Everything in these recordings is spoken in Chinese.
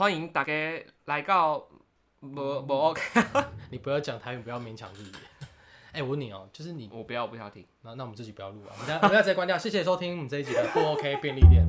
欢迎大家来到不 OK， 你不要讲台语，不要勉强自己。我问你哦，就是你， 我不要听。 那我们这集不要录啊，我们要直接关掉。谢谢收听我们这一集的不 OK 便利店。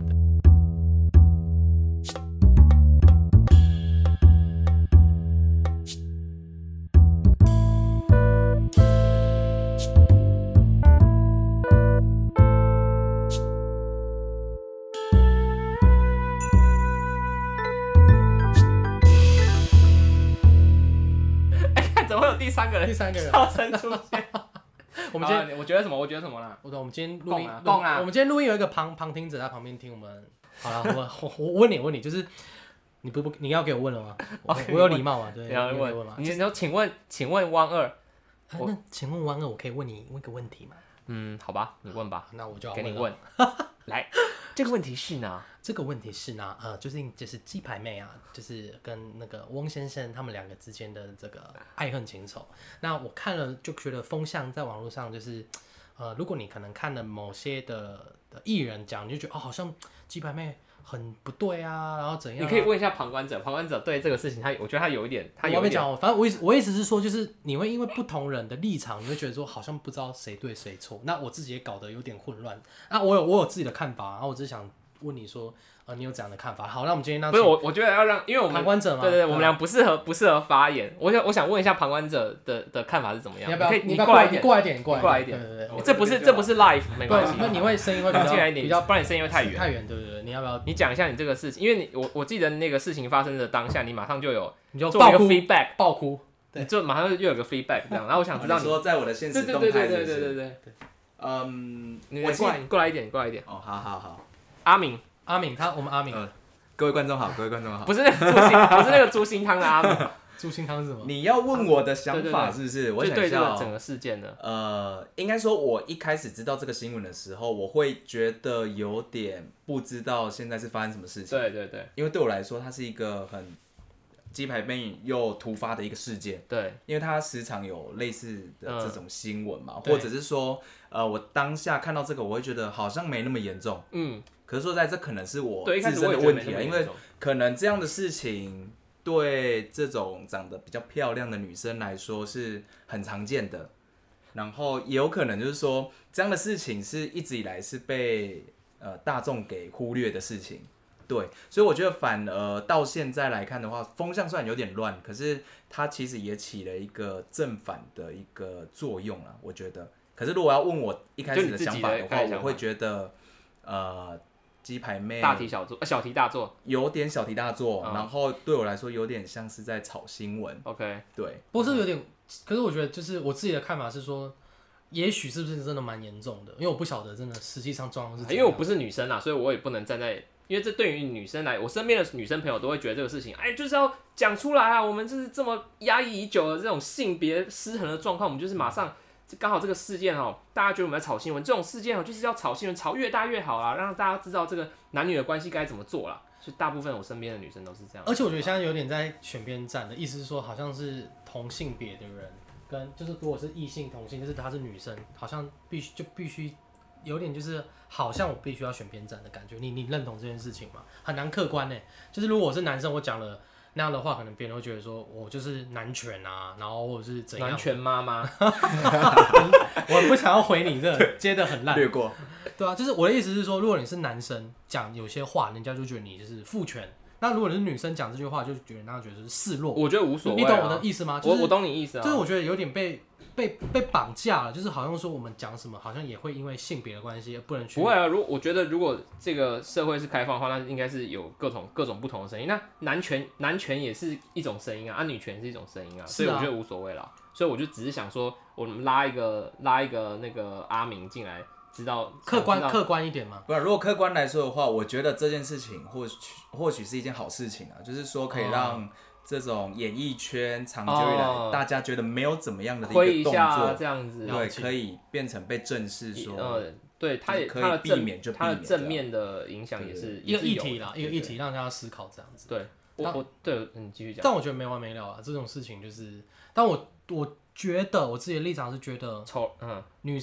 怎么会有第三个人笑声出现？ 我们今天我觉得什么？啦？ 我们今天录音， 我们今天录音有一个旁听者在旁边听我们。好了，我问你，就是你要给我问了吗？我有礼貌嘛？对， 你要问吗？ 你说，请问汪二， 那请问汪二，我可以问你问个问题吗？ 好吧，你问吧。 那我就要给你问。来，这个问题是呢？就是鸡排妹啊，就是跟那个翁先生他们两个之间的这个爱恨情仇。那我看了就觉得风向在网络上就是，如果你可能看了某些的艺人讲，你就觉得好像鸡排妹很不对啊，然后怎样？ 你可以问一下旁观者对这个事情，我觉得他有一点， 我还没讲，反正我意思是说，就是你会因为不同人的立场，你会觉得说好像不知道谁对谁错。那我自己也搞得有点混乱。我有自己的看法，然后我只是想问你说，你有这样的看法？好，那我们今天不是我觉得要让，因为我们旁观者嘛， 对，我们俩不适合发言。我想问一下旁观者的看法是怎么样？ 你过来一点， 过来一点， 对，这不是 live， 没关系。 那你会声音会比较，不然你声音会太远， 对，你要不要？ 你讲一下你这个事情，因为我记得那个事情发生的当下，你马上就做一个 feedback， 爆哭， 你就马上又有个 feedback 这样。然后我想知道你说在我的现实动态， 对，你过来一点。 哦，好。 阿明，我们阿明， 各位观众好。 不是那个猪心汤的阿明。 猪心汤是什么？ 你要问我的想法是不是？我想一下， 对这个整个事件呢， 应该说，我一开始知道这个新闻的时候，我会觉得有点不知道现在是发生什么事情。 对， 因为对我来说，它是一个很鸡排妹又突发的一个事件。 对， 因为它时常有类似的这种新闻嘛，或者是说，我当下看到这个，我会觉得好像没那么严重。可是说在这可能是我自身的问题啊，因为可能这样的事情对这种长得比较漂亮的女生来说是很常见的，然后也有可能就是说这样的事情是一直以来是被大众给忽略的事情。对，所以我觉得反而到现在来看的话，风向虽然有点乱，可是它其实也起了一个正反的一个作用啦，我觉得。可是如果要问我一开始的想法的话，我会觉得鸡排妹大题小做，小题大做， 有点小题大做，然后对我来说有点像是在炒新闻。 OK， 对， 不过是有点，可是我觉得就是我自己的看法是说，也许是不是真的蛮严重的，因为我不晓得真的实际上状况是怎样。 因为我不是女生啦，所以我也不能站在，因为这对于女生来，我身边的女生朋友都会觉得这个事情，就是要讲出来啊，我们就是这么压抑已久的这种性别失衡的状况，我们就是马上。刚好这个事件大家觉得我们在炒新闻，这种事件就是要炒新闻，炒越大越好啦，让大家知道这个男女的关系该怎么做啦。所以大部分我身边的女生都是这样。 而且我觉得现在有点在选边站的意思是说，好像是同性别的人跟就是如果是异性同性，就是她是女生，好像必须有点就是好像我必须要选边站的感觉。你认同这件事情吗？很难客观就是如果我是男生，我讲了。那样的话，可能别人会觉得说我就是男权啊，然后或者是怎样？ 男权妈妈， 我不想要回你这个接得很烂， 略过。 对啊，就是我的意思是说，如果你是男生讲有些话，人家就觉得你就是父权；那如果你是女生讲这句话，就觉得人家觉得是示弱。 我觉得无所谓、 你懂我的意思吗？就是、 我懂你意思啊。 就是我觉得有点被绑架了，就是好像说我们讲什么，好像也会因为性别的关系而不能去。 不会啊，我觉得如果这个社会是开放的话，那应该是有各种不同的声音。那男权也是一种声音啊，女权是一种声音啊，所以我觉得无所谓啦。所以我就只是想说，我们拉一个那个阿明进来，知道客观一点嘛。 不然，如果客观来说的话，我觉得这件事情或许是一件好事情啊，就是说可以让。这种演艺圈长久以来，大家觉得没有怎么样的一个动作， 这样子， 对，可以变成被正视说， 对，它也可以避免就避免， 它的正面的影响也是一个议题啦，一个议题让大家思考这样子。 对，你继续讲。 但我觉得没完没了啊，这种事情就是，但我觉得我自己的立场是觉得，女生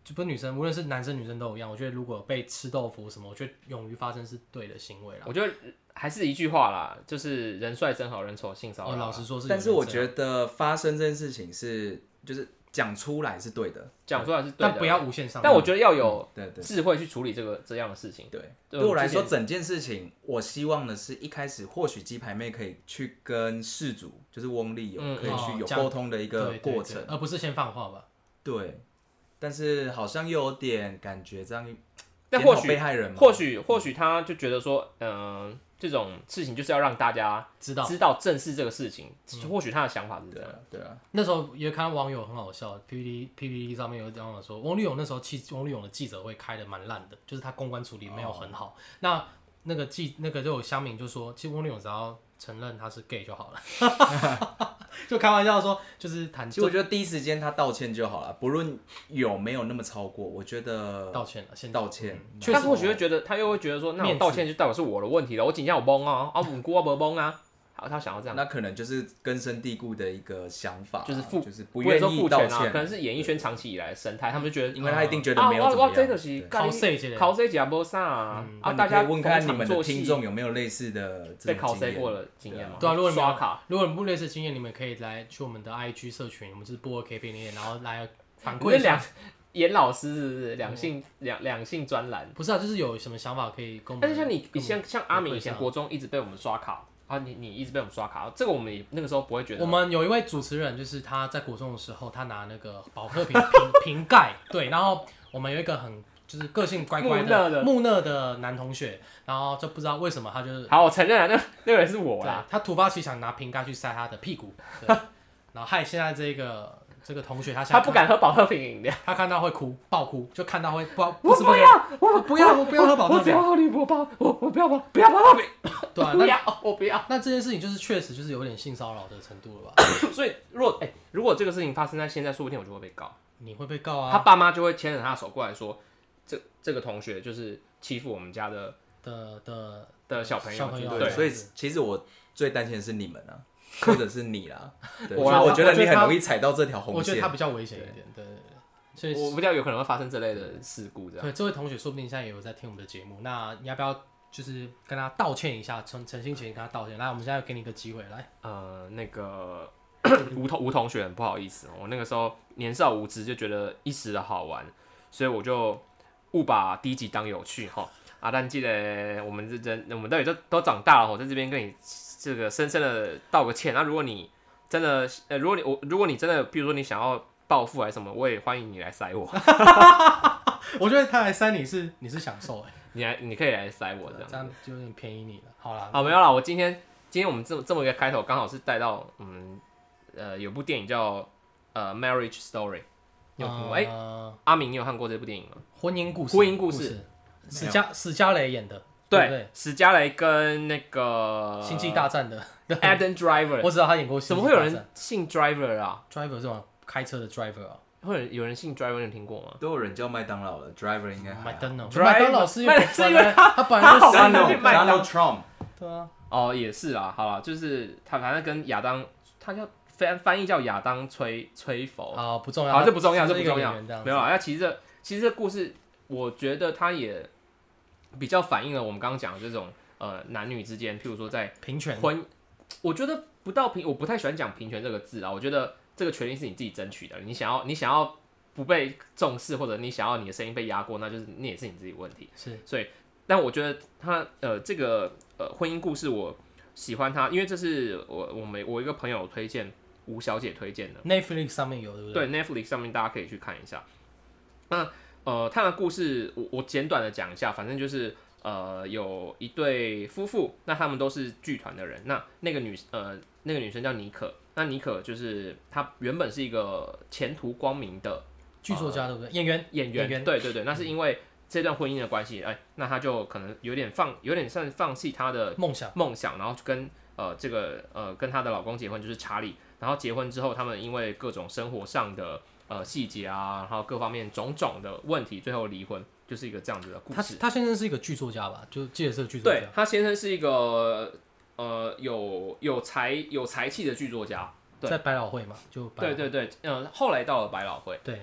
就不是女生，无论是男生女生都一样。我觉得如果被吃豆腐什么，我觉得勇于发声是对的行为啦。 我觉得还是一句话啦，就是人帅真好人丑性骚扰。 老实说是， 但是我觉得发生这件事情就是讲出来是对的， 讲出来是对的， 但不要无限上纲。 但我觉得要有智慧去处理这样的事情。 对我来说，整件事情我希望的是一开始或许鸡排妹可以去跟事主，就是翁立友可以去有沟通的一个过程， 而不是先放话吧。 对，但是好像又有点感觉这样， 但或许被害人嘛， 或许他就觉得说，这种事情就是要让大家知道正视这个事情，或许他的想法是这样。 对啊。 那时候也看到网友很好笑 ，PPT 上面有网友说，翁立友那时候翁立友的记者会开的蛮烂的，就是他公关处理没有很好。那个就有乡民就说，其实翁立友只要承认他是 gay 就好了，就开玩笑说，就是谈。 其实我觉得第一时间他道歉就好了，不论有没有那么超过，我觉得道歉了，先道歉。 他或许会觉得，他又会觉得说，那我道歉就代表是我的问题了，我今天有懵啊，我姑我没懵啊。他想要这样， 那可能就是根深蒂固的一个想法， 就是不愿意道歉， 可能是演艺圈长期以来的生态，他们就觉得， 因为他一定觉得没有怎么样， 这个是考谁节也没啥啊， 大家问看你们的听众有没有类似的被考谁过的经验吗？ 对啊，如果刷卡， 如果你不类似经验，你们可以来去我们的 IG 社群，我们就是播 K 便利店，然后来反馈一下。 严老师是不是两性专栏？ 不是啊，就是有什么想法可以跟我们。 但是像阿明以前国中一直被我们刷卡。你一直被我们刷卡，这个我们也那个时候不会觉得。 我们有一位主持人，就是他在国中的时候，他拿那个保特瓶盖，对，然后我们有一个就是个性乖乖的木讷的男同学，然后就不知道为什么他就是好，我承认了，那个人是我啦。 他突发奇想拿瓶盖去塞他的屁股，对然后害现在这个同学他不敢喝保特瓶饮料， 他看到会爆哭，就看到会我不要喝保特瓶， 我只要喝铝箔包，我不要保特瓶， 对啊， 我不要。 那这件事情就是确实就是有点性骚扰的程度了吧？ 所以如果这个事情发生在现在，说不定我就会被告。 你会被告啊？ 他爸妈就会牵着他的手过来说，这个同学就是欺负我们家的小朋友。 对，所以其实我最担心的是你们啊。或者是你啦，我觉得你很容易踩到这条红线。 我觉得他比较危险一点，对。 所以我比较有可能会发生这类的事故，这样。 对，这位同学说不定现在也有在听我们的节目，那你要不要就是跟他道歉一下，诚心请跟他道歉？来，我们现在给你一个机会，来。 那个吴同学很不好意思，我那个时候年少无知，就觉得一时的好玩，所以我就误把第一集当有趣哈。但记得我们都长大了，我在这边跟你。这个深深的道个歉。那如果你真的，如果你真的，比如说你想要报复还是什么，我也欢迎你来塞我。 我觉得他来塞你是享受你可以来塞我这样就有点便宜你了。好啦， 好没有啦，我今天我们这么一个开头，刚好是带到有部电影叫Marriage Story， 你有听过？阿明，你有看过这部电影吗？ 婚姻故事，史嘉蕾演的。 对，史嘉蕾跟那个星际大战的 Adam Driver， 我知道他演过。 怎么会有人姓 Driver 啊 ？Driver 是吗？开车的 Driver 啊？ 会有人姓 Driver， 你有听过吗？ 都有人叫麦当劳了 ，Driver 应该麦当劳。 麦当劳是因为他本来就是 Donald Trump。 对啊。 也是啊，好了，就是他反正跟亚当，他叫翻译叫亚当吹佛。 不重要。 这不重要，没有啦。那其实这故事，我觉得他也。比较反映了我们刚刚讲的这种男女之间，譬如说在平权我觉得我不太喜欢讲平权这个字啊。我觉得这个权利是你自己争取的，你想要不被重视，或者你想要你的声音被压过，那也是你自己的问题。 是， 所以，但我觉得他这个婚姻故事我喜欢他，因为这是我一个朋友推荐，吴小姐推荐的 ，Netflix 上面有，对不对？ 对 ，Netflix 上面大家可以去看一下。那他的故事我简短的讲一下，反正就是有一对夫妇，那他们都是剧团的人。那个女生叫妮可，那妮可就是她原本是一个前途光明的剧作家，对不对？演员， 对对对。那是因为这段婚姻的关系，那她就可能有点算放弃她的梦想，然后跟跟她的老公结婚，就是查理。然后结婚之后，他们因为各种生活上的细节啊，然后各方面种种的问题，最后离婚，就是一个这样子的故事。 他先生是一个剧作家吧？就记得是剧作家。 对，他先生是一个有才气的剧作家。 在百老汇嘛，就对，后来到了百老汇。 对，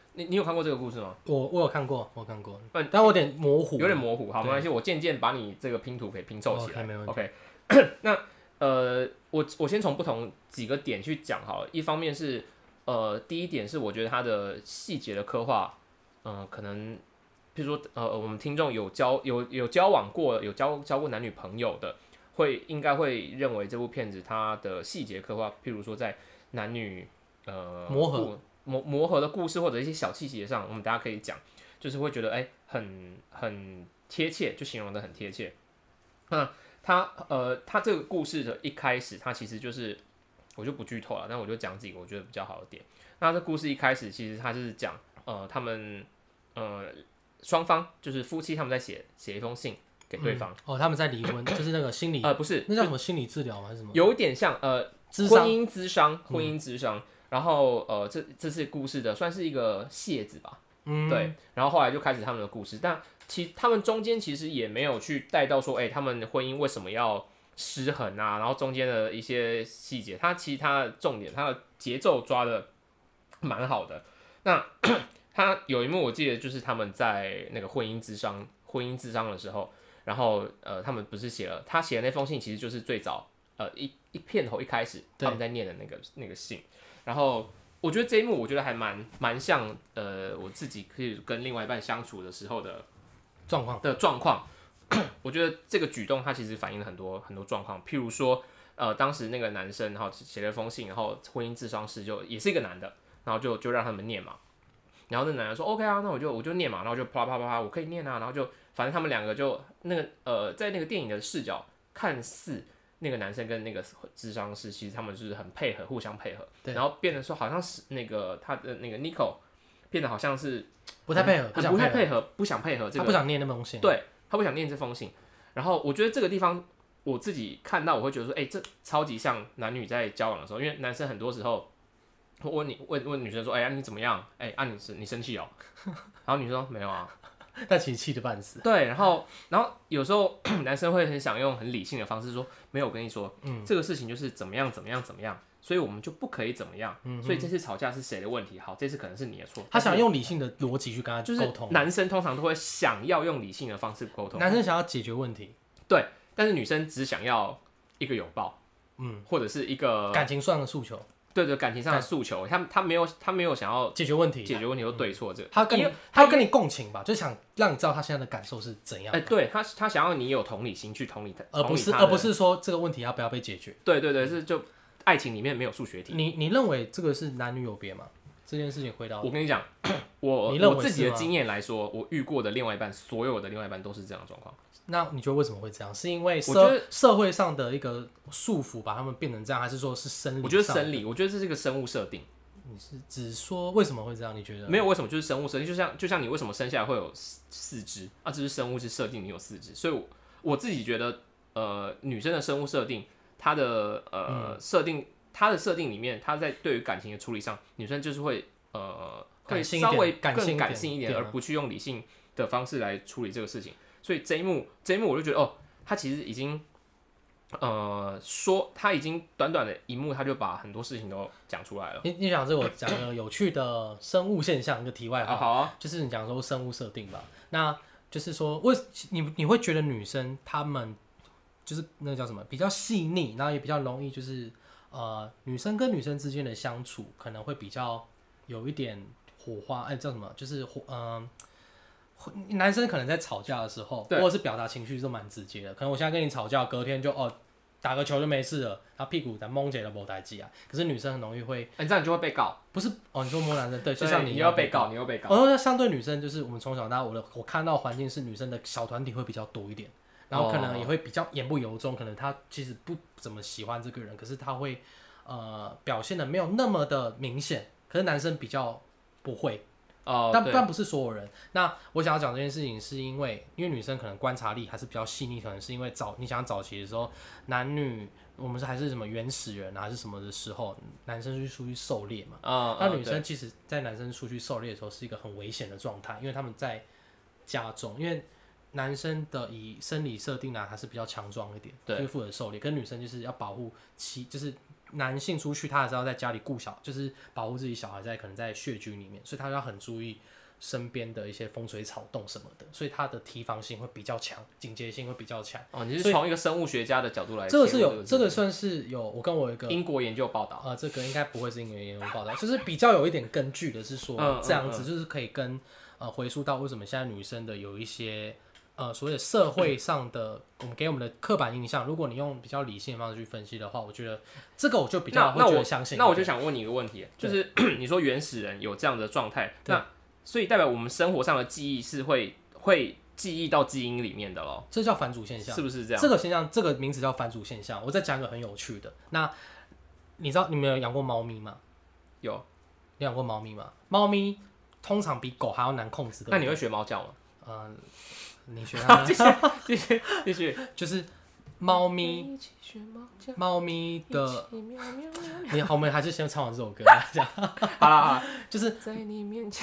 你有看过这个故事吗？ 我有看过，但我有点模糊， 有点模糊。好，没关系，我渐渐把你这个拼图给拼凑起来。 没问题。 OK， 那我先从不同几个点去讲好了。一方面是第一点是我觉得它的细节的刻画，可能譬如说我们听众有交往过，有交过男女朋友的，应该会认为这部片子它的细节刻画，譬如说在男女磨合的故事或者一些小细节上，我们大家可以讲，就是会觉得很贴切，就形容的很贴切。那他这个故事的一开始，他其实就是我就不剧透了，但我就讲几个我觉得比较好的点。那这故事一开始其实他就是讲他们双方就是夫妻他们在写一封信给对方。 他们在离婚，就是那个心理不是那叫什么心理治疗吗？还是什么？ 有一点像婚姻咨商。然后这是故事的算是一个谢字吧，对。然后后来就开始他们的故事，但他们中间其实也没有去带到说，他们婚姻为什么要失衡啊？然后中间的一些细节，其实它的重点，它的节奏抓的蛮好的。那他有一幕我记得就是他们在那个婚姻咨商的时候，然后他们不是他写的那封信，其实就是最早一片头一开始他们在念的那个信。然后我觉得这一幕，我觉得还蛮像我自己可以跟另外一半相处的时候的状况。我觉得这个举动它其实反映了很多状况，譬如说当时那个男生然后写了封信，然后婚姻咨商师也是一个男的，然后就让他们念嘛。然后那男的说 OK 啊，那我就念嘛，然后就啪啪啪啪，我可以念啊，然后就反正他们两个就在那个电影的视角看似。那个男生跟那个諮商师，其实他们就是很配合，互相配合，然后变得说好像是那个他的那个 Nico 变得好像是不太配合， 不想配合这个， 他不想念那封信， 对，他不想念这封信。然后我觉得这个地方我自己看到，我会觉得说，这超级像男女在交往的时候，因为男生很多时候问女生说，你怎么样？你生气哦？然后女生说没有啊。 但其实气得半死。 对，然后有时候男生会很想用很理性的方式说，没有，我跟你说，这个事情就是怎么样，所以我们就不可以怎么样。所以这次吵架是谁的问题？好，这次可能是你的错。 他想用理性的逻辑去跟他沟通。 男生通常都会想要用理性的方式沟通。 男生想要解决问题， 对，但是女生只想要一个拥抱，或者是一个感情上的诉求。 对，感情上的诉求，他没有想要解决问题或对错这个， 他跟你共情吧，就想让你知道他现在的感受是怎样。 对他想要你有同理心去同理他， 而不是说这个问题要不要被解决。 对，是就爱情里面没有数学题。 你认为这个是男女有别吗？这件事情回答我跟你讲，我自己的经验来说，我遇过的另外一半，所有的另外一半都是这样的状况。 那你觉得为什么会这样？是因为社会上的一个束缚把他们变成这样，还是说是生理？ 我觉得生理，我觉得这是一个生物设定。 你是只说为什么会这样？你觉得没有为什么，就是生物设定，就像你为什么生下来会有四肢啊？这是生物是设定你有四肢，所以我自己觉得，女生的生物设定，她的设定里面，她在对于感情的处理上，女生就是会稍微更感性一点，而不去用理性的方式来处理这个事情。所以这一幕我就觉得他其实已经说他已经短短的一幕，他就把很多事情都讲出来了。 你讲这个，我讲个有趣的生物现象，一个题外话， 好啊， 就是你讲说生物设定吧，那就是说你会觉得女生她们就是那个叫什么比较细腻，然后也比较容易就是女生跟女生之间的相处可能会比较有一点火花，叫什么就是男生可能在吵架的时候，或者是表达情绪都蛮直接的。可能我现在跟你吵架，隔天就打个球就没事了，然后屁股再蒙起来没代志啊。可是女生很容易会， 这样你就会被告。 不是你说摸男生对，就像你要被告，你又被告。 我说相对女生，就是我们从小到大，我看到环境是女生的小团体会比较多一点，然后可能也会比较言不由衷，可能她其实不怎么喜欢这个人，可是她会表现的没有那么的明显，可是男生比较不会。但不是所有人。那我想要讲这件事情，是因为女生可能观察力还是比较细腻，可能是因为你想早期的时候，男女我们还是什么原始人还是什么的时候，男生出去狩猎嘛。那女生其实，在男生出去狩猎的时候是一个很危险的状态，因为他们在家中，因为男生的以生理设定还是比较强壮一点，就是负责狩猎，跟女生就是要保护就是男性出去，他还是要在家里顾小，就是保护自己小孩可能在穴居里面，所以他要很注意身边的一些风吹草动什么的，所以他的提防性会比较强，警戒性会比较强。 你是从一个生物学家的角度来， 这个是有，这个算是有，我跟我一个英国研究报道， 这个应该不会是英国研究报道，就是比较有一点根据的是说，这样子就是可以跟回溯到为什么现在女生的有一些所谓的社会上的我们给我们的刻板印象，如果你用比较理性的方式去分析的话，我觉得这个我就比较会觉得相信。 那我就想问你一个问题，就是你说原始人有这样的状态，那所以代表我们生活上的记忆是会记忆到基因里面的咯， 这叫返祖现象， 是不是这样？ 这个现象，这个名字叫返祖现象。我再讲一个很有趣的，那你知道你们有养过猫咪吗？ 有， 你养过猫咪吗？猫咪通常比狗还要难控制的。 那你会学猫叫吗？你学它。 继续， 就是猫咪的，你好，我们还是先唱完这首歌。这样好了， 就是在你面前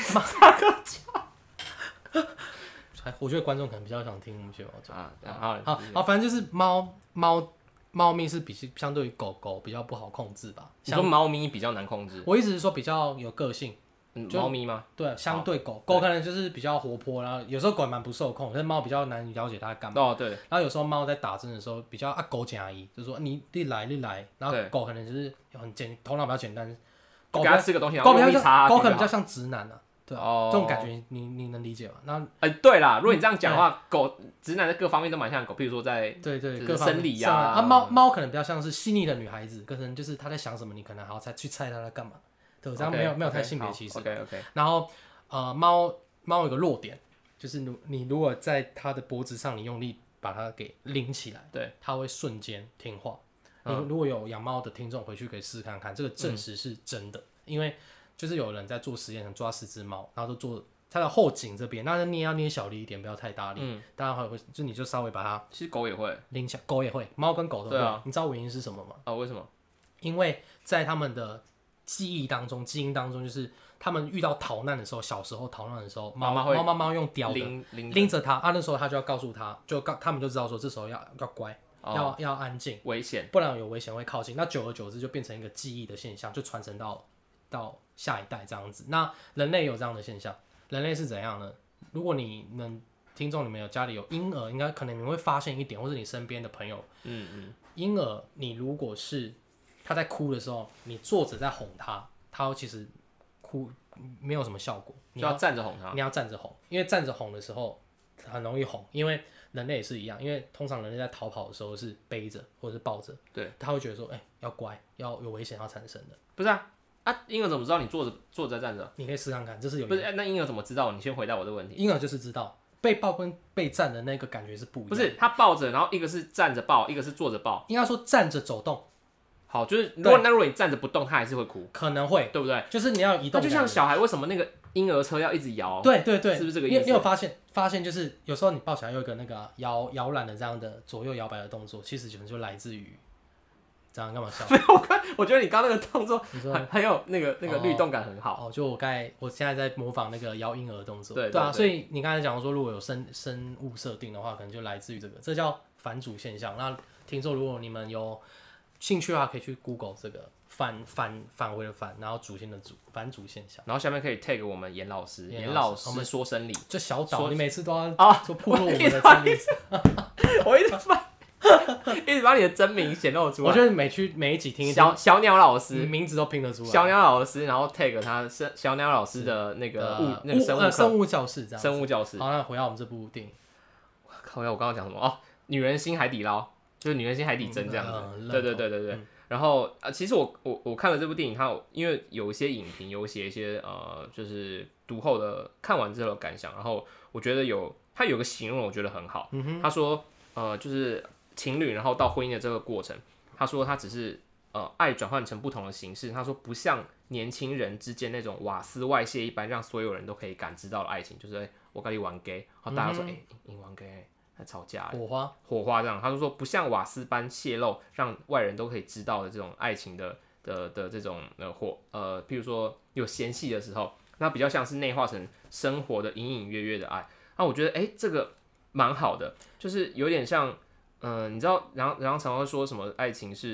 我觉得观众可能比较想听我们学猫叫好， 反正就是猫咪是相对于狗狗比较不好控制吧？ 你说猫咪比较难控制？ 我一直是说比较有个性。 猫咪吗？ 对，相对狗可能就是比较活泼，然后有时候狗蛮不受控，但是猫比较难了解它干嘛。 对。 然后有时候猫在打针的时候比较狗讲而已，就是说你来，然后狗可能就是很头脑比较简单， 狗给它吃个东西， 狗可能比较像直男啊。对这种感觉你能理解吗？ 那对啦，如果你这样讲的话，狗直男的各方面都蛮像狗，譬如说在对各生理呀， 猫可能比较像是细腻的女孩子，可能就是她在想什么，你可能还要去猜她在干嘛。对，这样没有太性别歧视。 OK。 然后猫有个弱点，就是你如果在它的脖子上，你用力把它给拎起来， 对， 它会瞬间听话。你如果有养猫的听众，回去可以试看看，这个证实是真的。因为就是有人在做实验，抓10只猫，然后都做它的后颈这边，那要捏小力一点，不要太大力。当然会，就你就稍微把它， 其实狗也会拎起来，狗也会，猫跟狗都会。你知道原因是什么吗？ 为什么？ 因为在他们的基因当中，就是他们遇到逃难的时候，小时候逃难的时候，猫用叼的拎着它，那时候他就要告诉他，他们就知道说这时候要乖，要安静， 危险， 不然有危险会靠近。那久而久之就变成一个记忆的现象，就传承到下一代这样子。那人类有这样的现象，人类是怎样呢？如果你们听众里面有家里有婴儿，应该可能你们会发现一点，或者你身边的朋友，婴儿你如果是他在哭的时候，你坐着在哄他，他其实哭没有什么效果。 你要站着哄他， 你要站着哄，因为站着哄的时候很容易哄，因为人类也是一样，因为通常人类在逃跑的时候是背着或者是抱着， 对， 他会觉得说，要乖，要有危险要产生的。 不是婴儿怎么知道你坐着站着？ 你可以试看看，这是有。 不是那婴儿怎么知道？你先回答我的问题。 婴儿就是知道被抱跟被站的那个感觉是不一样。 不是他抱着，然后一个是站着抱，一个是坐着抱。 应该说站着走动。 好，就是如果你站着不动，他还是会哭， 可能会， 对不对？ 就是你要移动。 那就像小孩为什么那个婴儿车要一直摇？ 对， 是不是这个意思？ 你有发现就是有时候你抱起来有一个那个摇篮的这样的左右摇摆的动作，其实可能就来自于这样干嘛笑？ 我觉得你刚刚那个动作很有那个律动感很好。 就我现在在模仿那个摇婴儿的动作。 对啊，所以你刚才讲说，如果有生物设定的话，可能就来自于这叫返祖现象。那听说如果你们有兴趣的话，可以去 Google 这个返回的返，然后祖先的祖，返祖现象。 然后下面可以 tag 我们严老师，我们说生理。 这小岛，你每次都要说暴露我们的真名。 我一直把你的真名显露出来。 我觉得每一集听小鸟老师名字都拼得出来。 小鸟老师，然后 tag 他小鸟老师的那个生物教室这样。 生物教室。 好，那回到我们这部电影。 靠呀，我刚刚讲什么？女人心海底捞，就是女人心海底针这样子。对。然后其实我看了这部电影，它因为有一些影评有写一些就是读后的看完之后的感想，然后我觉得他有个形容我觉得很好。他说就是情侣然后到婚姻的这个过程，他说他只是爱转换成不同的形式。他说不像年轻人之间那种瓦斯外泄一般，让所有人都可以感知到的爱情，就是我跟你玩 gay， 然后大家说你玩 gay。在吵架，火花这样，他就说不像瓦斯般泄露，让外人都可以知道的这种爱情的这种譬如说有嫌隙的时候，那比较像是内化成生活的隐隐约约的爱。那我觉得这个蛮好的，就是有点像你知道，然后常常说什么爱情是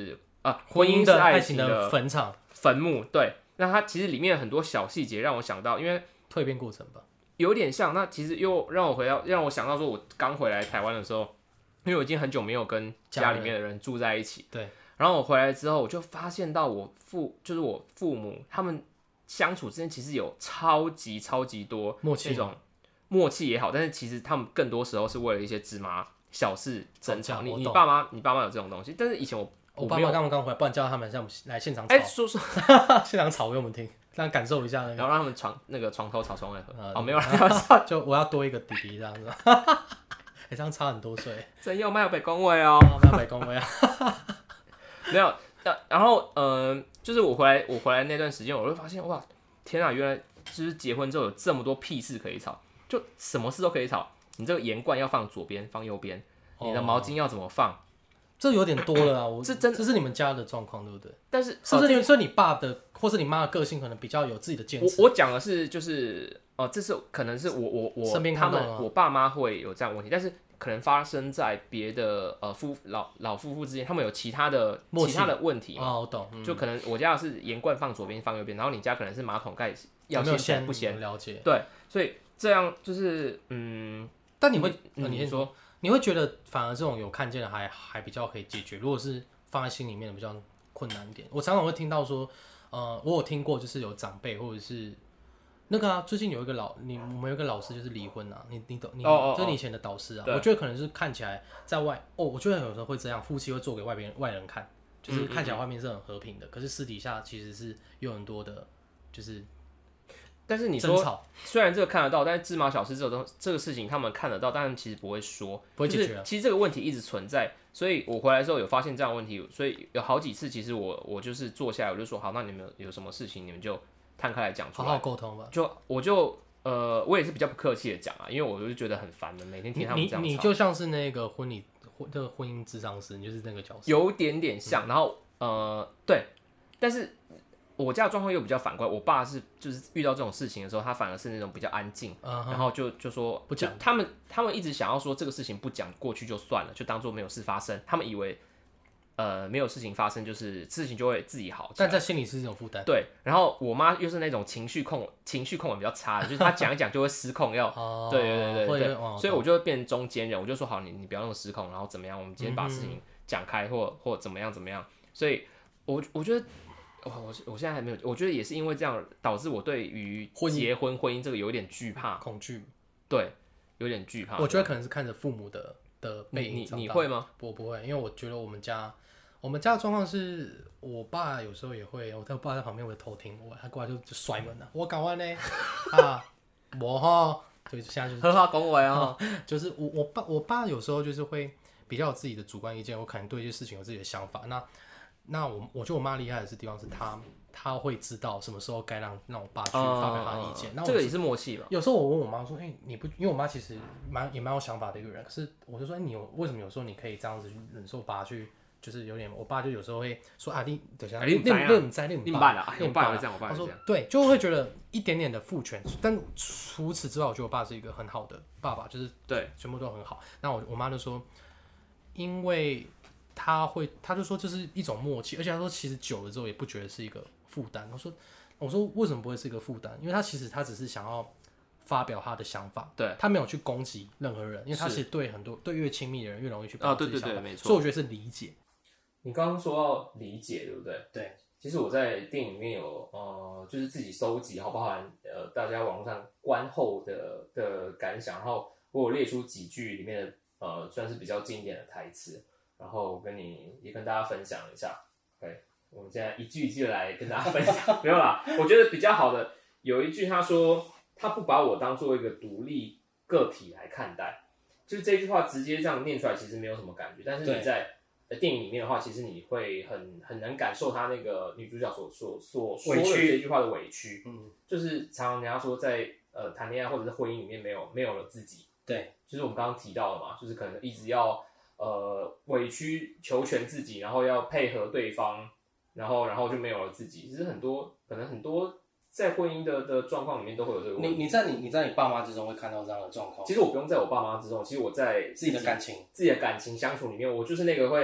婚姻是爱情的坟场坟墓，对。那它其实里面很多小细节让我想到，因为蜕变过程吧， 有点像。那其实又让我想到说，我刚回来台湾的时候，因为我已经很久没有跟家里面的人住在一起， 对。 然后我回来之后，我就发现到我父母他们相处之间其实有超级多默契， 那种默契也好，但是其实他们更多时候是为了一些芝麻小事争吵。你爸妈有这种东西，但是以前我爸妈刚回来，不然叫他们来现场吵， 说现场吵给我们听，让感受一下然后让他们床头吵床尾和。没有啦， 就我要多一个弟弟这样子，这样差很多岁。 真又没有被恭维哦， 没有被恭维啊， 没有。然后就是我回来那段时间，我就发现哇，天啊，原来就是结婚之后有这么多屁事可以吵，就什么事都可以吵。你这个盐罐要放左边，放右边，你的毛巾要怎么放？ 这有点多了啊！这是你们家的状况，对不对？ 但是是不是你爸的或是你妈的个性可能比较有自己的坚持？ 我讲的是就是这是可能是我身边我爸妈会有这样的问题，但是可能发生在别的老夫妇之间，他们有其他的问题嘛？ 我懂。 就可能我家是盐罐放左边放右边，然后你家可能是马桶盖要先不先？ 了解。 对，所以这样就是但你会你先说。 你会觉得反而这种有看见的还比较可以解决，如果是放在心里面的比较困难一点。我常常会听到说，我有听过就是有长辈或者是那个最近有一个我们有一个老师就是离婚啊，你懂就是你以前的导师啊，我觉得可能是看起来在外我觉得有时候会这样，夫妻会做给外人看，就是看起来外面是很和平的，可是私底下其实是有很多的，就是。 但是你说，虽然这个看得到，但是芝麻小事这个事情他们看得到，但是其实不会说， 不会解决。 其实这个问题一直存在，所以我回来之后有发现这样的问题，所以有好几次，其实我就是坐下来，我就说好，那你们有什么事情，你们就摊开来讲出来， 好好沟通吧。 我也是比较不客气的讲啊，因为我就觉得很烦的，每天听他们这样吵。 你就像是那个婚姻諮商師，你就是那个角色， 有点像。然后对，但是。我家的状况又比较反过来，我爸就是遇到这种事情的时候，他反而是那种比较安静，然后就说不讲。 他们一直想要说这个事情不讲过去就算了，就当做没有事发生。他们以为没有事情发生，就是事情就会自己好， 但在心里是一种负担。 对，然后我妈又是那种情绪控管比较差的，就是她讲一讲就会失控，对，所以我就会变中间人，我就说好，你不要那么失控，然后怎么样，我们今天把事情讲开，或怎么样，所以我觉得。我现在还没有，我觉得也是因为这样导致我对于结婚婚姻这个有点惧怕， 恐惧， 对，有点惧怕。 我觉得可能是看着父母的背影长大。 你会吗？ 我不会，因为我觉得我们家的状况是我爸有时候也会，我爸在旁边会偷听我，他过来就摔门了，我搞完呢我哈，所以现在就是合法恭维啊， 就是我爸有时候就是会比较有自己的主观意见，我可能对一些事情有自己的想法，那我觉得我妈厉害的地方是她会知道什么时候该让我爸去发表他的意见。那这个也是默契吧。 有时候我问我妈说：“你不？”因为我妈其实也蛮有想法的一个人。可是我就说：“你为什么有时候你可以这样子去忍受爸去，就是有点……我爸就有时候会说啊，你等下你办啊，我爸会这样， 他说对，就会觉得一点点的父权。但除此之外，我觉得我爸是一个很好的爸爸，就是对全部都很好。那我妈就说，因为。他就说这是一种默契，而且他说其实久了之后也不觉得是一个负担。我说为什么不会是一个负担？因为他其实他只是想要发表他的想法， 对， 他没有去攻击任何人，因为他其实对越亲密的人越容易去表达自己想法， 对，没错。 所以我觉得是理解。 你刚刚说到理解，对不对？ 对， 其实我在电影里面有就是自己收集，然后包含大家网络上观后的感想，然后我有列出几句里面的算是比较经典的台词。然后也跟大家分享一下 ，OK， 我们现在一句一句来跟大家分享，没有啦，我觉得比较好的有一句他说他不把我当做一个独立个体来看待，就是这句话直接这样念出来其实没有什么感觉，但是你在电影里面的话，其实你会很能感受他那个女主角所说的这句话的委屈，就是常常人家说在谈恋爱或者是婚姻里面没有了自己，对，就是我们刚刚提到的嘛，就是可能一直要。委曲求全自己，然后要配合对方，然后就没有了自己。其实可能很多在婚姻的状况里面都会有这个问题。 你在你爸妈之中会看到这样的状况？ 其实我不用在我爸妈之中，其实我在自己的感情相处里面，我就是那个会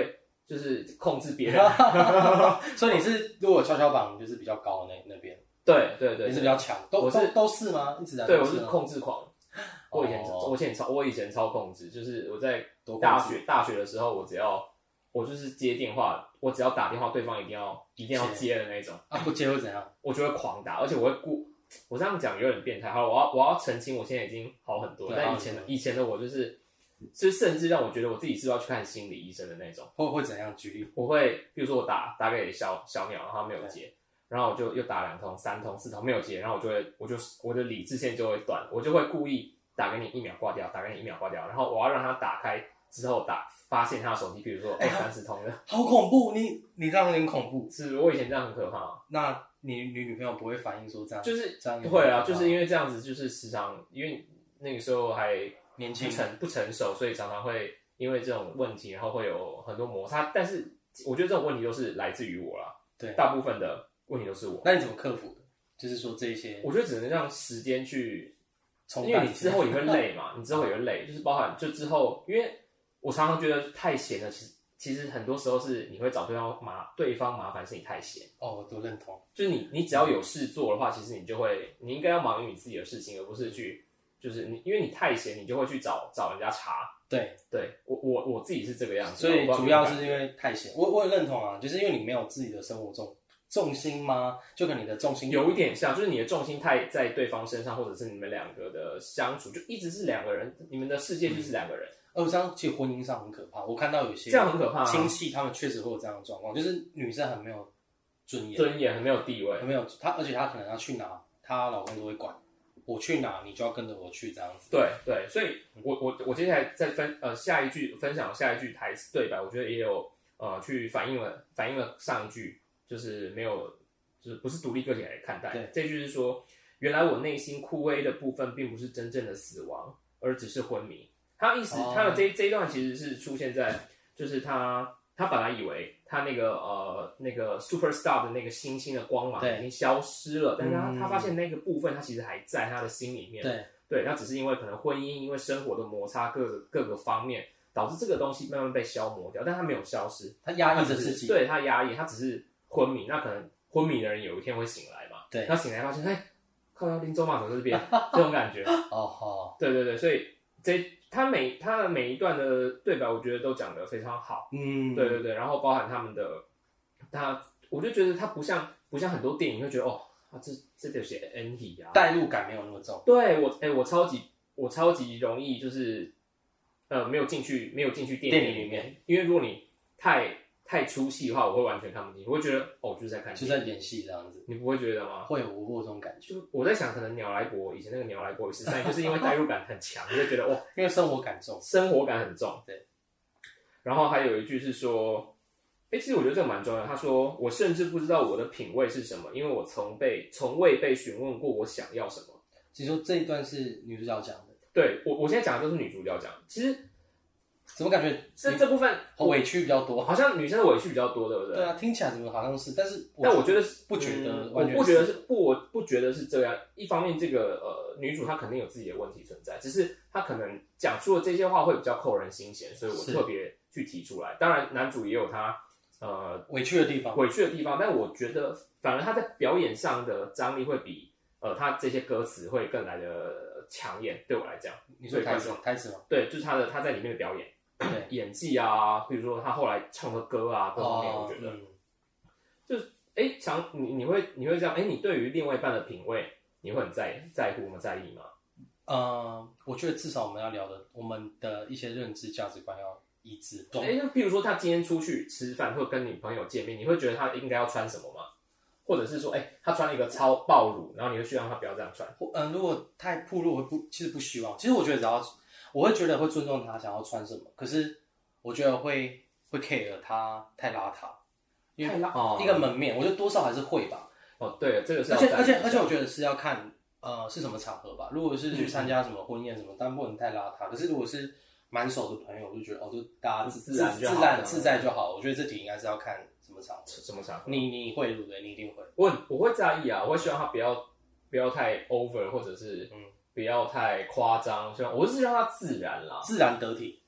就是控制别人。 所以你是如果跷跷板就是比较高的那边。 对，你是比较强，都是吗？一直在对，我是控制狂。我以前超控制，就是我在大学的时候，我就是接电话，我只要打电话，对方一定要接的那种。 不接会怎样？ 我就会狂打，而且我这样讲有点变态。好，我要澄清，我现在已经好很多了。但以前的我就是甚至让我觉得我自己是要去看心理医生的那种。 会怎样？举例？ 我会，比如说我打给小鸟，然后他没有接。然后我就又打2通、3通、4通没有接，然后我的理智线就会断，我就会故意打给你1秒挂掉，打给你1秒挂掉，然后我要让他打开之后发现他的手机，比如说30通的， 好恐怖！你这样有点恐怖。 是我以前这样很可怕。 那你女朋友不会反映说这样？ 就是这样会啊，就是因为这样子，就是时常因为那个时候还年轻不成熟，所以常常会因为这种问题，然后会有很多摩擦。但是我觉得这种问题都是来自于我啦， 对， 大部分的问题都是我。 那你怎么克服的？就是说这些， 我觉得只能让时间去因为你之后也会累嘛，你之后也会累，就是包含就之后，因为我常常觉得太闲了，其实很多时候是你会找对方麻烦，是你太闲。 我都认同。 就是你只要有事做的话，其实你应该要忙于你自己的事情，而不是就是因为你太闲，你就会去找人家茬。 对， 我自己是这个样子， 所以主要是因为太闲。我也认同啊，就是因为你没有自己的生活重心吗？就跟你的重心有一点像，就是你的重心太在对方身上，或者是你们两个的相处就一直是2个人，你们的世界就是2个人。 这样其实婚姻上很可怕。我看到有些这样很可怕亲戚他们确实会有这样的状况，就是女生很没有尊严，很没有地位， 很没有而且她可能要去哪，她老公都会管。我去哪，你就要跟着我去，这样子。 对，所以我接下来再分享下一句台词对白，我觉得也有去反映了上一句，就是没有，就是不是独立个体来看待。 对， 这句是说，原来我内心枯萎的部分并不是真正的死亡，而只是昏迷。他意思，他的这一段其实是出现在，就是他本来以为他那个 superstar 的那个星星的光芒已经消失了，但是他发现那个部分他其实还在他的心里面。对，那只是因为可能婚姻，因为生活的摩擦各个方面，导致这个东西慢慢被消磨掉，但他没有消失， 他压抑着自己。 对，他压抑，他只是昏迷。那可能昏迷的人有一天会醒来嘛？ 对， 他醒来发现，靠到林州马走这边，这种感觉。对，所以他的每一段的对白，我觉得都讲得非常好。对，然后包含他们的我就觉得他不像很多电影会觉得这就是 NT 啊， 代入感没有那么重。 对我超级容易就是没有进去电影里面，因为如果你太出戏的话，我会完全看不进去，我会觉得就是在看电影， 就在演戏这样子。 你不会觉得吗？ 会，我有这种感觉。 就我在想，可能以前那个鸟来伯13，就是因为代入感很强，你就觉得因为生活感重， 很重。对。然后还有一句是说，其实我觉得这个蛮重要的。他说，我甚至不知道我的品味是什么，因为我从未被询问过我想要什么。 其实说这一段是女主角讲的。 对，我现在讲的都是女主角讲。其实怎么感觉这部分委屈比较多？ 好像女生的委屈比较多，对不对？ 对啊，听起来怎么好像是，但我觉得不觉得， 我不觉得是这样。一方面，这个女主她肯定有自己的问题存在，只是她可能讲出了这些话会比较扣人心弦，所以我特别去提出来。当然，男主也有他委屈的地方， 但我觉得反而他在表演上的张力会比他这些歌词会更来的抢眼。对我来讲， 你说台词吗？ 对，就是他在里面的表演。演技啊，比如说他后来唱的歌啊，各方面，我觉得，就是你会这样，你对于另外一半的品味，你会很在乎吗？在意吗？ 我觉得至少我们要聊的，我们的一些认知价值观要一致。 那譬如说他今天出去吃饭或跟女朋友见面，你会觉得他应该要穿什么吗？或者是说，他穿了一个超暴露，然后你会希望他不要这样穿？ 如果太暴露，其实不希望。其实我觉得只要。我会觉得会尊重他想要穿什么，可是我觉得会 care 他太邋遢，因为一个门面，我觉得多少还是会吧。 对，这个是而且我觉得是要看是什么场合吧。如果是去参加什么婚宴什么，当然不能太邋遢。可是如果是蛮熟的朋友，我就觉得就大家自然自在就好。我觉得这题应该是要看什么场合。 什么场合？ 你会对不对？你一定会。 我会在意啊，我会希望他不要太 over， 或者是不要太夸张，我是让他自然啦， 自然得体。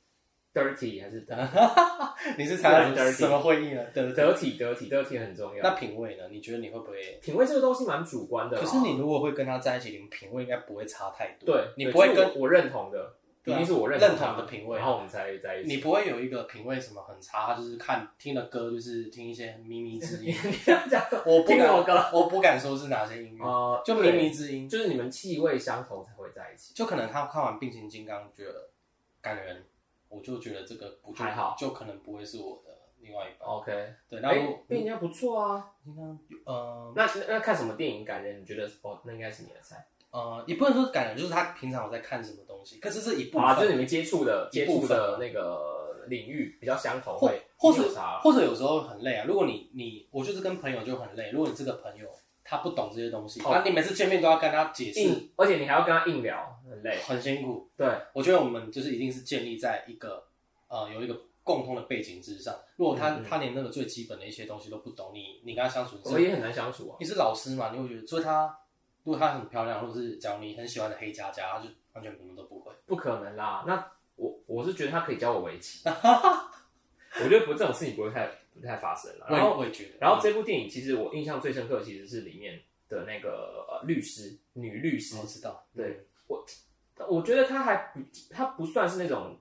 dirty 还是你是猜什么会意呢？ 得体很重要。 那品味呢？你觉得你会不会？ 品味这个东西蛮主观的。 可是你如果会跟他在一起，你们品味应该不会差太多。 对， 你不会跟我认同的，一定是我认同的品味， 然后我们才在一起。 你不会有一个品味什么很差，他就是听的歌就是听一些靡靡之音。 你这样讲， 我不敢说是哪些音乐，就靡靡之音， 就是你们气味相投才会在一起。 就可能他看完变形金刚觉得感人。我就觉得这个不还好， 就可能不会是我的另外一半。 OK， 对，那变形金刚不错啊。那看什么电影感人？你觉得那应该是你的菜。 也不能说感人，就是他平常有在看什么东西，可是这一部分啊，就是你们接触的那个领域比较相同， 或者有时候很累啊。如果我就是跟朋友就很累，如果你这个朋友他不懂这些东西，你每次见面都要跟他解释， 而且你还要跟他硬聊，很累， 很辛苦。 对， 我觉得我们就是一定是建立在一个有一个共同的背景之上。如果他连那个最基本的一些东西都不懂，你跟他相处， 我也很难相处啊。 你是老师嘛，你会觉得，所以如果他很漂亮，或者是假如你很喜欢的黑佳佳，他就完全什么都不会。 不可能啦！那我是觉得他可以教我围棋。我觉得这种事情不太发生了。然后我也觉得。 然后这部电影其实我印象最深刻的其实是里面的那个女律师。 我知道。 对，我觉得他不算是那种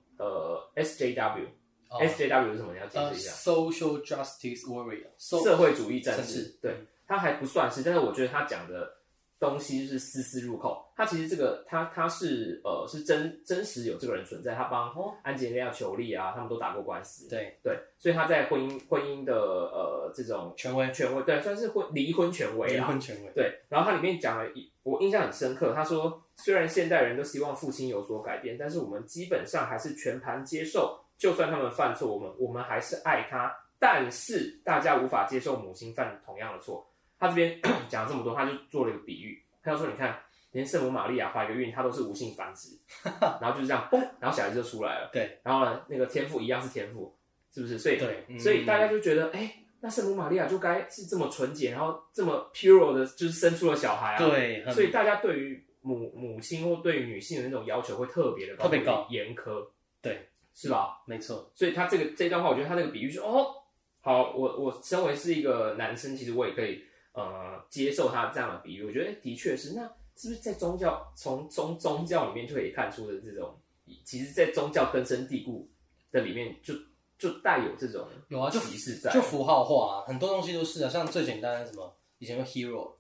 SJW。SJW 是什么？你要解释一下。 Social Justice Warrior， 社会主义战士。对，他还不算是，但是我觉得他讲的东西就是丝丝入扣。他其实这个他是真实有这个人存在，他帮安吉丽娜·裘丽啊，他们都打过官司。 对， 所以他在婚姻的这种权威， 对，算是离婚权威啊。 离婚权威。 对，然后他里面讲了我印象很深刻，他说虽然现代人都希望父亲有所改变，但是我们基本上还是全盘接受，就算他们犯错，我们还是爱他，但是大家无法接受母亲犯同样的错。他这边讲了这么多，他就做了一个比喻，他就说你看，连圣母玛利亚怀个孕，她都是无性繁殖，然后就是这样嘣，然后小孩子就出来了。 对， 然后呢，那个天父一样是天父，是不是？所以大家就觉得，那圣母玛利亚就该是这么纯洁，然后这么 pure 的，就是生出了小孩啊。 对， 所以大家对于母亲或对于女性的那种要求会特别高，严苛。对，是吧？ 没错。 所以他这段话，我觉得他那个比喻是好，我身为是一个男生，其实我也可以接受他这样的比喻。我觉得的确是，那是不是在宗教里面就可以看出的这种，其实，在宗教根深蒂固的里面就带有这种歧视在， 就符号化啊，很多东西都是啊，像最简单的什么以前有 hero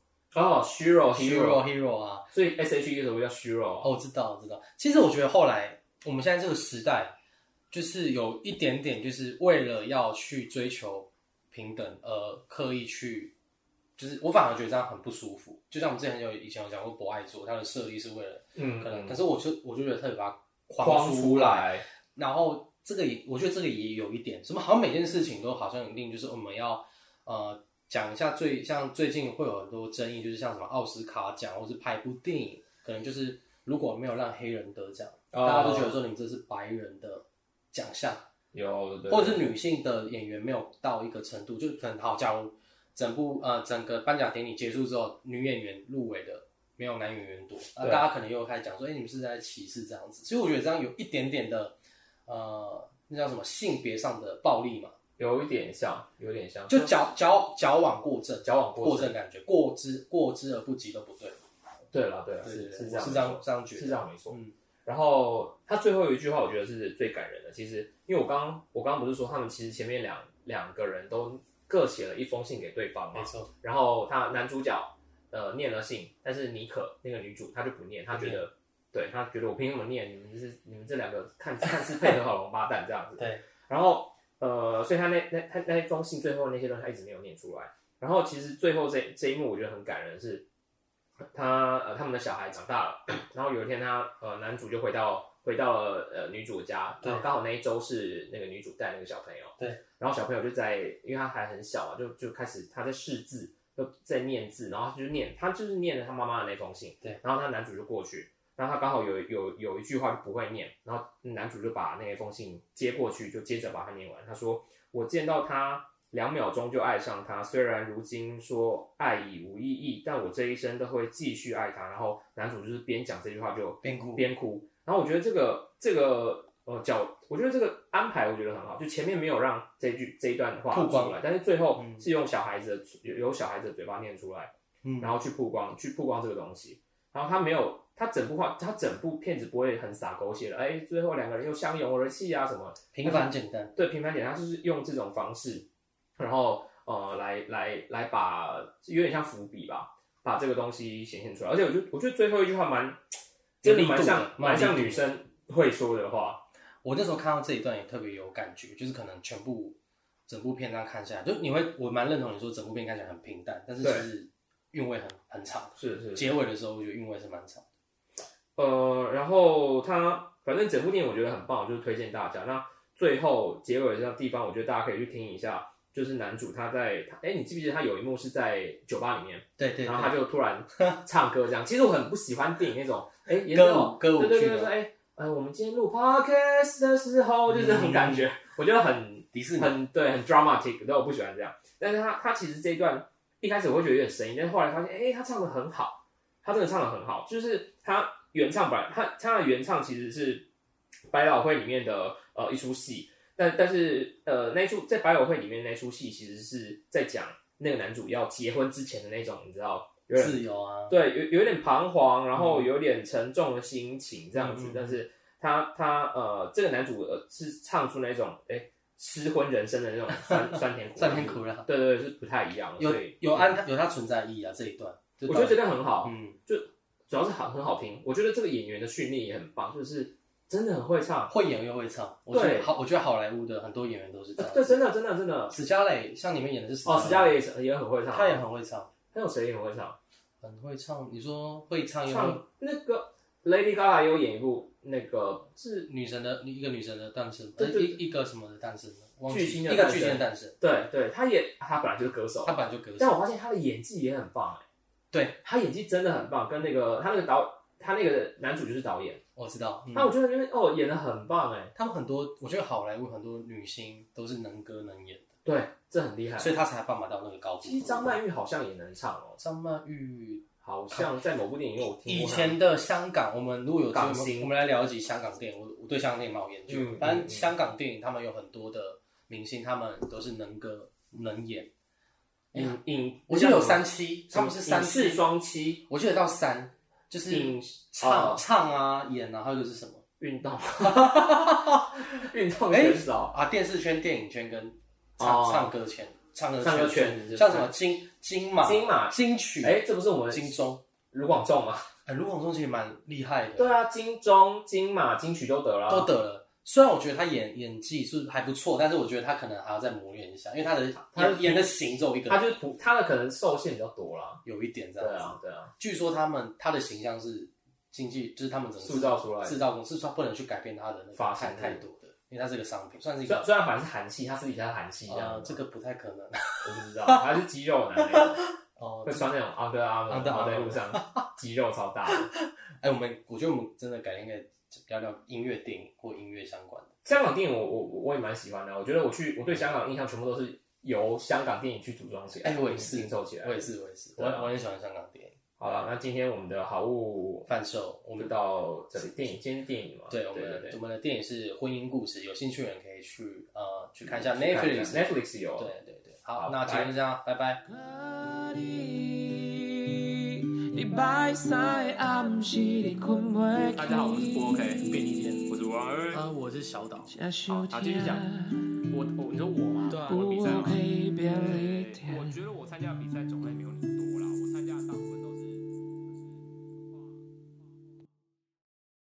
hero 啊， 所以 SHE 有什么叫 hero？ 我知道。其实我觉得后来我们现在这个时代，就是有一点点，就是为了要去追求平等而刻意去。就是我反而觉得这样很不舒服，就像我们之前以前有讲过博爱座，它的设立是为了可能，可是我就觉得特别把它框出来，然后我觉得这个也有一点，什么好像每件事情都好像一定就是我们要讲一下像最近会有很多争议，就是像什么奥斯卡奖或是拍一部电影，可能就是如果没有让黑人得奖，大家都觉得说你们这是白人的奖项，或者是女性的演员没有到一个程度，就可能好假如。整个颁奖典礼结束之后，女演员入围的没有男演员多，大家可能又开始讲说，你们是在歧视这样子。所以我觉得这样有一点点的，那叫什么性别上的暴力嘛， 有点像， 就矫枉过正感觉，过之而不及都不对。 对了，是这样， 是这样觉得， 是这样没错。然后他最后一句话，我觉得是最感人的。其实，因为我刚不是说他们其实前面两个人都各写了一封信给对方嘛， 没错。 然后男主角念了信，但是妮可那个女主她就不念，她觉得我凭什么念？你们这两个看似配合好王八蛋这样子。 对。 然后所以他那一封信最后那些东西他一直没有念出来。然后其实最后这一幕我觉得很感人的是，他们的小孩长大了，然后有一天男主就回到了女主家，然后刚好那一周是那个女主带那个小朋友， 对， 然后小朋友就因为他还很小嘛，就开始他在识字，就在念字，然后他就是念了他妈妈的那封信， 对， 然后他男主就过去，然后他刚好有一句话就不会念，然后男主就把那封信接过去，就接着把它念完，他说我见到他2秒钟就爱上他，虽然如今说爱已无意义，但我这一生都会继续爱他。然后男主就是边讲这句话就边哭，然后我觉得这个我觉得这个安排我觉得很好，就前面没有让这一段话出来，但是最后是用小孩子由小孩子的嘴巴念出来，然后去曝光这个东西，然后他整部片子不会很洒狗血的，最后两个人又相拥而泣啊什么， 平凡简单， 对，平凡简单，他就是用这种方式，然后来把有点像伏笔吧，把这个东西显现出来，而且我觉得最后一句话真的蛮像女生会说的话。 我那时候看到这一段也特别有感觉，就是可能整部片这样看下来，就我蛮认同你说整部片看起来很平淡，但是其实韵味很长， 是结尾的时候我觉得韵味是蛮长的。然后反正整部电影我觉得很棒，就是推荐大家。那最后结尾的地方，我觉得大家可以去听一下，就是男主你记不记得他有一幕是在酒吧里面， 对， 然后他就突然唱歌这样。其实我很不喜欢电影那种歌舞剧对。我们今天录 podcast 的时候，就是这种感觉，我觉得很迪士尼， 很 dramatic， 但我不喜欢这样。但是他其实这一段一开始我会觉得有点生硬，但是后来发现，他唱的很好，他真的唱的很好。就是他原唱他的原唱其实是百老汇里面的一出戏，但是那一出在百老汇里面那出戏其实是在讲那个男主要结婚之前的那种，你知道。 自由啊， 对，有点彷徨，然后有点沉重的心情这样子，但是他这个男主是唱出那种失婚人生的那种酸甜苦辣，对，是不太一样的， 有它存在意义啊这一段， 我觉得真的很好，就主要是很好听，我觉得这个演员的训练也很棒，就是真的很会唱， 会演又会唱，我觉得好莱坞的很多演员都是这样， 对，真的， 史嘉蕾像里面演的是史嘉蕾也很会唱， 他也很会唱， 还有谁也很会唱？ 很会唱，你说会唱那个 Lady Gaga 有演一部那个是一个女神的诞生，一个什么的诞生， 巨星的诞生，一个巨星的诞生， 对，他本来就是歌手，但我发现他的演技也很棒对， 他演技真的很棒，跟他那个男主就是导演， 我知道， 我觉得演得很棒他们很多，我觉得好莱坞很多女星都是能歌能演的。 对，这很厉害， 所以他才办法到那个高度。 其实张曼玉好像也能唱哦。 张曼玉好像在某部电影有听过。 以前的香港，我们如果有港星，我们来聊一集香港电影。我对香港电影蛮有研究。反正香港电影他们有很多的明星，他们都是能歌能演。我记得有3期，他们是3期双栖， 我记得到3，就是唱啊演啊，还有一个是什么？ 运动，运动选手啊，电视圈、电影圈跟唱歌圈，像什么金马、金曲， 这不是我们金钟、 卢广仲吗？ 卢广仲其实蛮厉害的。 对啊，金钟、金马、金曲都得了。 虽然我觉得他演技是还不错，但是我觉得他可能还要再磨练一下，因为他演的型只有一个， 他的可能受限比较多啦， 有一点这样子。 对啊。 据说他的形象是经济，就是他们整个塑造出来， 制造公司他不能去改变他的那个发型太多的，因为他是个商品，算是一个。 虽然反正是韩系，他私底下是韩系这样， 这个不太可能， 我不知道，他是肌肉男那种，会穿那种 Under Armour 在路上，肌肉超大的。 我觉得我们真的改天可以聊聊音乐电影或音乐相关的。 香港电影我也蛮喜欢的，我觉得我对香港的印象全部都是由香港电影去组装起来， 我也是， 拼凑起来， 我也是，我很喜欢香港电影。 好了，那今天我们的好物贩售，我们到这里。今天是电影嘛？ 对，我们的电影是婚姻故事，有兴趣的人可以去看一下 Netflix 有。 对，好，那今天就这样，拜拜。 大家好，我是波 OK 便利店，我是王二， 我是小岛。 好，继续讲。你说我吗？ 对啊， 我比赛吗？我觉得我参加的比赛种类没有你。